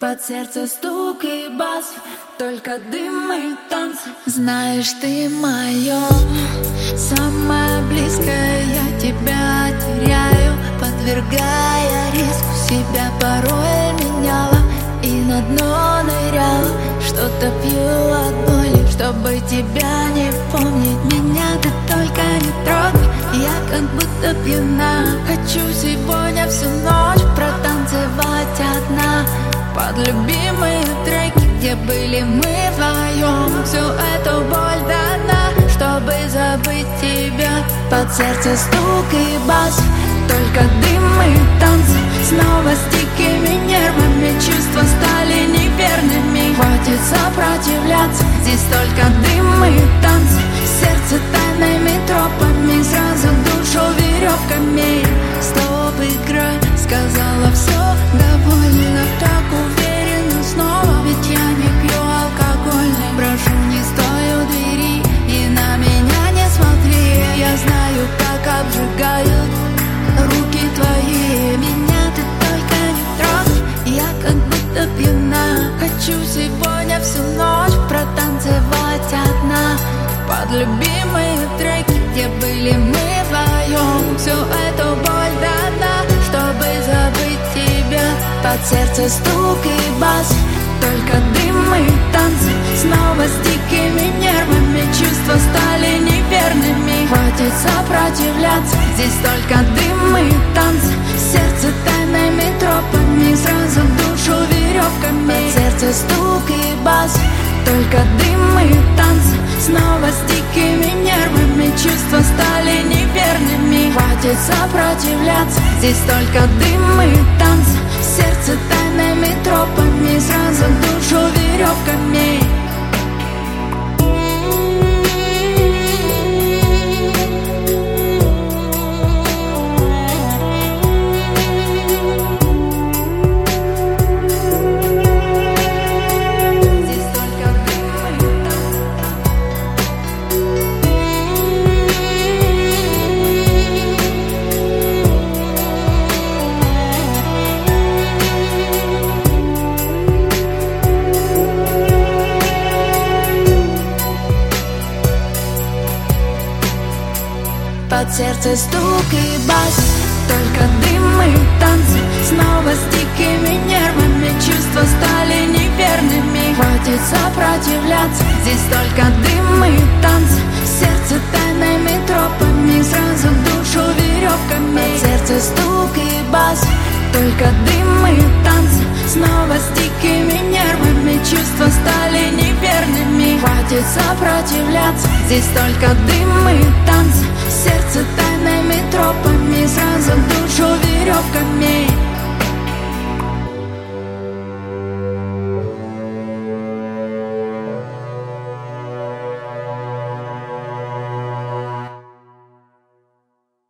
Под сердце стук и бас, только дым и танцы. Знаешь, ты мое самое близкое, я тебя теряю, подвергая риску. Себя порой меняла и на дно ныряла. Что-то пью от боли, чтобы тебя не помнить. Меня ты только не трогай, я как будто пьяна. Хочу сегодня всю ночь протанцевать одна под любимые треки, где были мы вдвоем. Всю эту боль до дна, чтобы забыть тебя. Под сердце стук и бас, только дым и танцы. Снова с дикими нервами чувства стали неверными. Хватит сопротивляться, здесь только дым и танцы. Сердце тайными тропами, сразу душу веревками. Стоп, играй, сказала все довольно. Так уверенно снова, ведь я не пью алкогольный. Прошу, не стой у двери и на меня не смотри. Я знаю, как обжигают руки твои. Меня ты только не трогай, я как будто пьяна. Хочу сегодня всю ночь протанцевать одна под любимые треки, где были мы вдвоем. Всю эту боль до дна, чтобы забыть тебя. Под сердце стук и бас, только дым и танцы. Снова с дикими нервами чувства стали неверными. Хватит сопротивляться, здесь только дым и танцы. Сердце тайными тропами, сразу душу веревками. Под сердце стук и бас, только дым и танцы. Снова с дикими нервами чувства стали неверными. Хватит сопротивляться, здесь только дым и танцы. Сердце тайными тропами, сразу душу веревками. Под сердце стук и бас, только дым и танцы. Снова с дикими нервами чувства стали неверными. Хватит сопротивляться, здесь только дым и танцы. Сердце тайными тропами, сразу душу веревками. Под сердце стук и бас, только дым и танцы. Снова с дикими нервами чувства стали неверными. Хватит сопротивляться, здесь только дым и танцы. Сердце тайными тропами, сразу душу веревками.